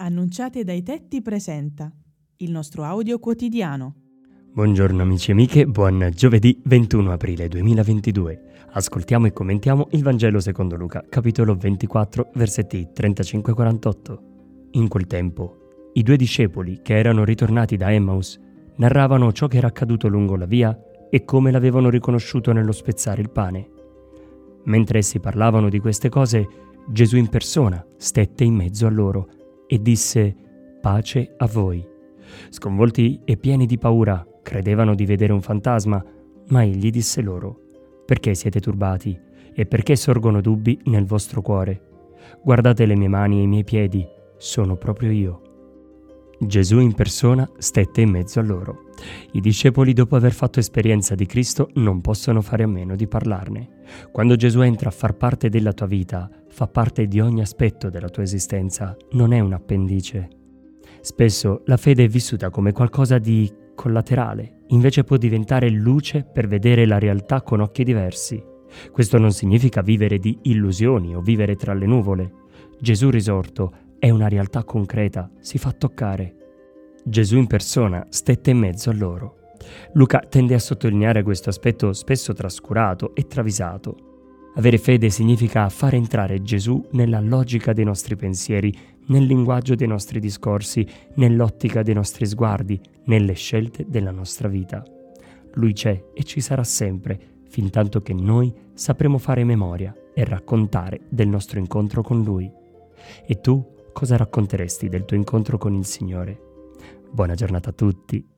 Annunciate dai tetti presenta il nostro audio quotidiano. Buongiorno amici e amiche, buon giovedì 21 aprile 2022. Ascoltiamo e commentiamo il Vangelo secondo Luca, capitolo 24, versetti 35-48. In quel tempo, i 2 discepoli che erano ritornati da Emmaus narravano ciò che era accaduto lungo la via e come l'avevano riconosciuto nello spezzare il pane. Mentre essi parlavano di queste cose, Gesù in persona stette in mezzo a loro e disse: «Pace a voi». Sconvolti e pieni di paura, credevano di vedere un fantasma, ma egli disse loro: «Perché siete turbati e perché sorgono dubbi nel vostro cuore? Guardate le mie mani e i miei piedi, sono proprio io». Gesù in persona stette in mezzo a loro. I discepoli, dopo aver fatto esperienza di Cristo, non possono fare a meno di parlarne. Quando Gesù entra a far parte della tua vita, fa parte di ogni aspetto della tua esistenza, non è un appendice. Spesso la fede è vissuta come qualcosa di collaterale, invece può diventare luce per vedere la realtà con occhi diversi. Questo non significa vivere di illusioni o vivere tra le nuvole. Gesù risorto è una realtà concreta, si fa toccare. Gesù in persona stette in mezzo a loro. Luca tende a sottolineare questo aspetto spesso trascurato e travisato. Avere fede significa fare entrare Gesù nella logica dei nostri pensieri, nel linguaggio dei nostri discorsi, nell'ottica dei nostri sguardi, nelle scelte della nostra vita. Lui c'è e ci sarà sempre, fintanto che noi sapremo fare memoria e raccontare del nostro incontro con Lui. E tu cosa racconteresti del tuo incontro con il Signore? Buona giornata a tutti.